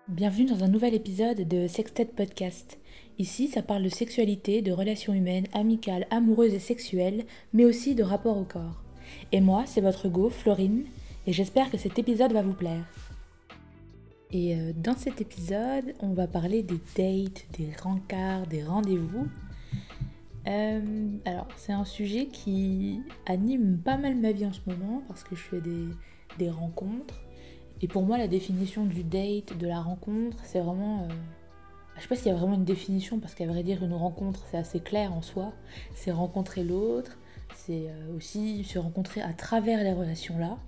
Bienvenue dans un nouvel épisode de Sextet Podcast. Ici, ça parle de sexualité, de relations humaines, amicales, amoureuses et sexuelles, mais aussi de rapport au corps. Et moi, c'est votre go, Florine, et j'espère que cet épisode va vous plaire. Et dans cet épisode, on va parler des dates, des rencarts, des rendez-vous. Alors, c'est un sujet qui anime pas mal ma vie en ce moment, parce que je fais des rencontres. Et pour moi, la définition du date, de la rencontre, c'est vraiment... Je sais pas s'il y a vraiment une définition, parce qu'à vrai dire, une rencontre, c'est assez clair en soi. C'est rencontrer l'autre, c'est aussi se rencontrer à travers les relations-là.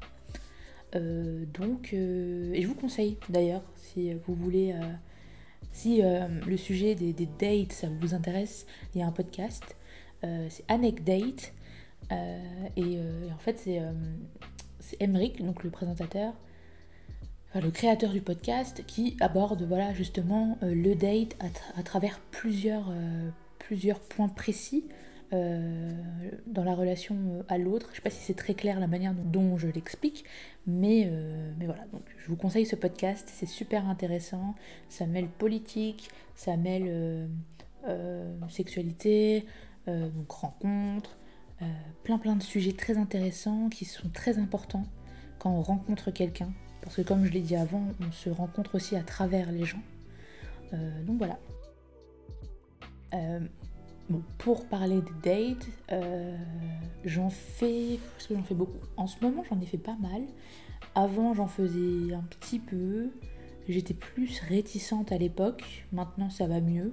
Et je vous conseille d'ailleurs, si vous voulez... si le sujet des dates, ça vous intéresse, il y a un podcast. C'est Anecdate. Et en fait, c'est Emeric, donc le présentateur, enfin, le créateur du podcast, qui aborde voilà, justement le date à travers plusieurs points précis dans la relation à l'autre. Je ne sais pas si c'est très clair la manière dont je l'explique, mais voilà, donc je vous conseille ce podcast, c'est super intéressant, ça mêle politique, ça mêle sexualité, donc rencontres, plein de sujets très intéressants qui sont très importants quand on rencontre quelqu'un. Parce que comme je l'ai dit avant, on se rencontre aussi à travers les gens. Donc voilà. Bon, pour parler des dates, parce que j'en fais beaucoup. En ce moment, j'en ai fait pas mal. Avant, j'en faisais un petit peu. J'étais plus réticente à l'époque. Maintenant, ça va mieux.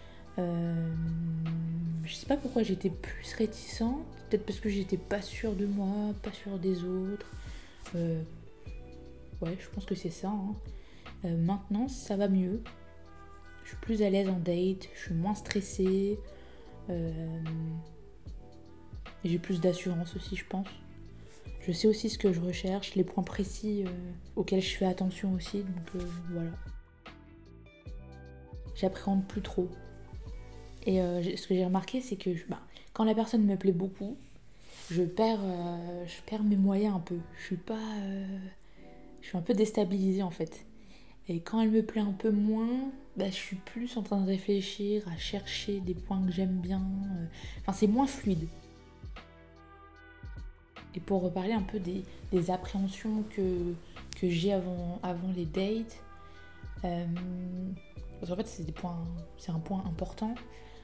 Je sais pas pourquoi j'étais plus réticente. Peut-être parce que j'étais pas sûre de moi, pas sûre des autres. Ouais, je pense que c'est ça. Maintenant, ça va mieux. Je suis plus à l'aise en date, je suis moins stressée. Et j'ai plus d'assurance aussi, je pense. Je sais aussi ce que je recherche, les points précis auxquels je fais attention aussi. Donc voilà. J'appréhende plus trop. Et ce que j'ai remarqué, c'est que quand la personne me plaît beaucoup, je perds mes moyens un peu. Je suis un peu déstabilisée en fait. Et quand elle me plaît un peu moins, je suis plus en train de réfléchir, à chercher des points que j'aime bien. Enfin, c'est moins fluide. Et pour reparler un peu des appréhensions que j'ai avant les dates, parce qu'en fait c'est un point important.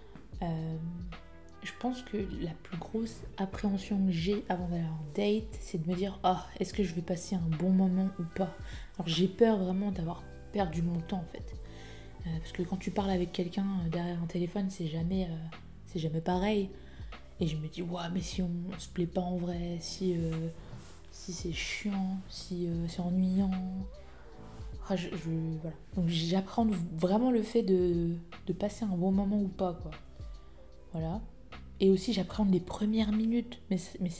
Je pense que la plus grosse appréhension que j'ai avant d'aller en date, c'est de me dire est-ce que je vais passer un bon moment ou pas. Alors j'ai peur vraiment d'avoir perdu mon temps en fait. Parce que quand tu parles avec quelqu'un derrière un téléphone, c'est jamais pareil. Et je me dis, mais si on se plaît pas en vrai, si c'est chiant, si c'est ennuyant. Voilà. Donc j'apprends vraiment le fait de passer un bon moment ou pas, quoi. Voilà. Et aussi j'apprends les premières minutes. Mais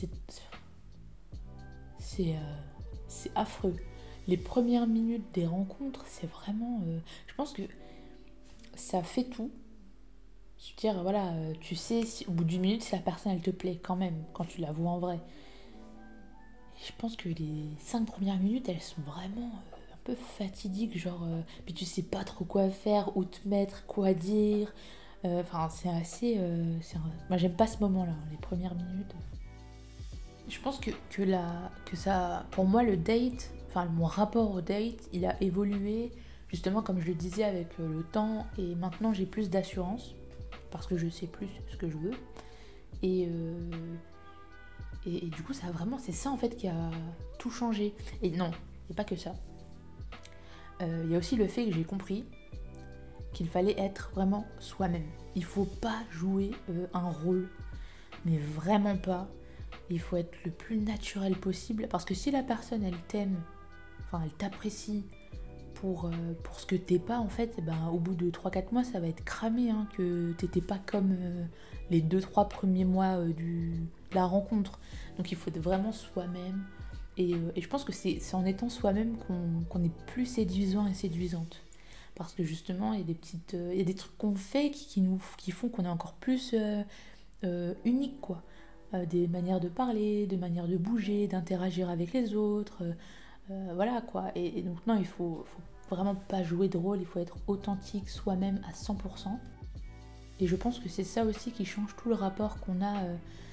c'est affreux. Les premières minutes des rencontres, c'est vraiment... je pense que ça fait tout. Je veux dire, voilà, tu sais si, au bout d'une minute si la personne elle te plaît quand même, quand tu la vois en vrai. Et je pense que les 5 premières minutes, elles sont vraiment un peu fatidiques, genre, puis tu sais pas trop quoi faire, où te mettre, quoi dire. Enfin, c'est assez... Moi j'aime pas ce moment-là, les premières minutes. Je pense que ça... Pour moi le date, enfin mon rapport au date, il a évolué, justement comme je le disais avec le temps, et maintenant j'ai plus d'assurance. Parce que je sais plus ce que je veux. Et, euh, et du coup, c'est ça en fait qui a tout changé. Et non, il n'y a pas que ça. Il y a aussi le fait que j'ai compris qu'il fallait être vraiment soi-même. Il faut pas jouer un rôle, mais vraiment pas. Il faut être le plus naturel possible. Parce que si la personne, elle t'aime, enfin, elle t'apprécie pour ce que t'es pas, en fait, au bout de 3 4 mois, ça va être cramé, que t'étais pas comme les 2 3 premiers mois de la rencontre. Donc il faut être vraiment soi-même. Et je pense que c'est en étant soi-même qu'on est plus séduisant et séduisante. Parce que justement, il y a des trucs qu'on fait qui font qu'on est encore plus unique, quoi. Des manières de parler, de manières de bouger, d'interagir avec les autres. Voilà quoi. Et donc non, vraiment pas jouer de rôle, il faut être authentique soi-même à 100%. Et je pense que c'est ça aussi qui change tout le rapport qu'on a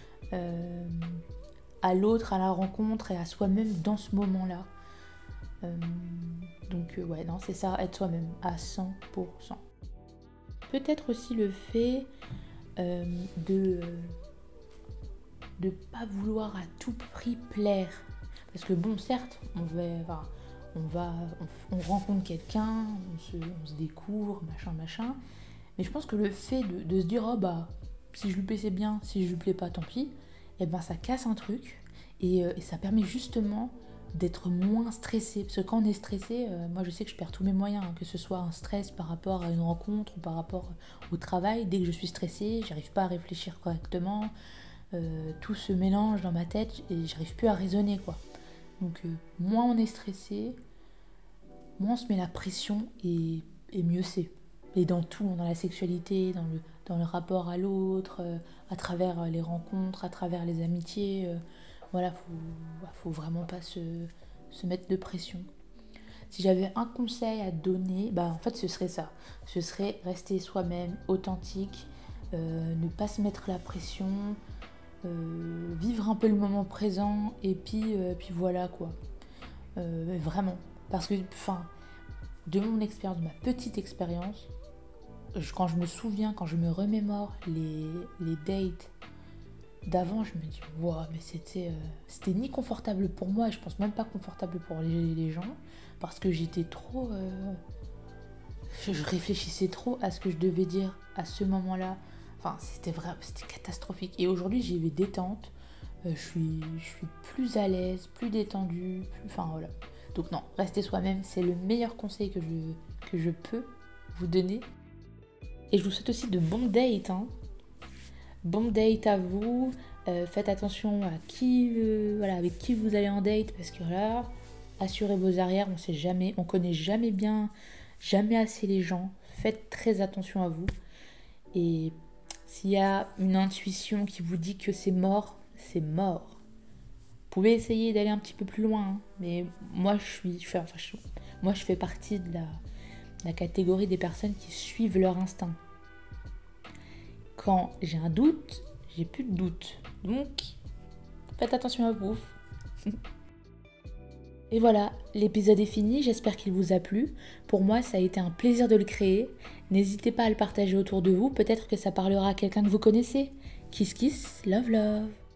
à l'autre, à la rencontre et à soi-même dans ce moment-là. Donc ouais, non, c'est ça, être soi-même à 100%. Peut-être aussi le fait de pas vouloir à tout prix plaire. Parce que bon, certes, on rencontre quelqu'un, on se découvre, machin. Mais je pense que le fait de se dire, oh bah, si je lui plais c'est bien, si je lui plais pas, tant pis, et ben ça casse un truc. Et ça permet justement d'être moins stressé. Parce que quand on est stressé, moi je sais que je perds tous mes moyens, que ce soit un stress par rapport à une rencontre ou par rapport au travail. Dès que je suis stressée, j'arrive pas à réfléchir correctement. Tout se mélange dans ma tête et j'arrive plus à raisonner, quoi. Donc moins on est stressé, moins on se met la pression et mieux c'est. Et dans tout, dans la sexualité, dans le rapport à l'autre, à travers les rencontres, à travers les amitiés. Voilà, faut vraiment pas se mettre de pression. Si j'avais un conseil à donner, bah en fait ce serait ça. Ce serait rester soi-même, authentique, ne pas se mettre la pression, vivre un peu le moment présent et puis voilà quoi. Vraiment. Parce que, de mon expérience, de ma petite expérience, quand je me souviens, quand je me remémore les dates d'avant, je me dis, wow, mais c'était ni confortable pour moi, et je pense même pas confortable pour les gens, parce que j'étais trop... je réfléchissais trop à ce que je devais dire à ce moment-là. C'était catastrophique. Et aujourd'hui, j'y vais détente, je suis plus à l'aise, plus détendue, voilà. Donc non, restez soi-même, c'est le meilleur conseil que je peux vous donner. Et je vous souhaite aussi de bons dates, hein. Bon date à vous, faites attention à avec qui vous allez en date, parce que là, assurez vos arrières, on sait jamais, on connaît jamais bien, jamais assez les gens, faites très attention à vous. Et s'il y a une intuition qui vous dit que c'est mort, c'est mort. Vous pouvez essayer d'aller un petit peu plus loin, hein, mais moi je fais partie de la catégorie des personnes qui suivent leur instinct. Quand j'ai un doute, j'ai plus de doute. Donc, faites attention à vous. Et voilà, l'épisode est fini, j'espère qu'il vous a plu. Pour moi, ça a été un plaisir de le créer. N'hésitez pas à le partager autour de vous, peut-être que ça parlera à quelqu'un que vous connaissez. Kiss kiss, love love.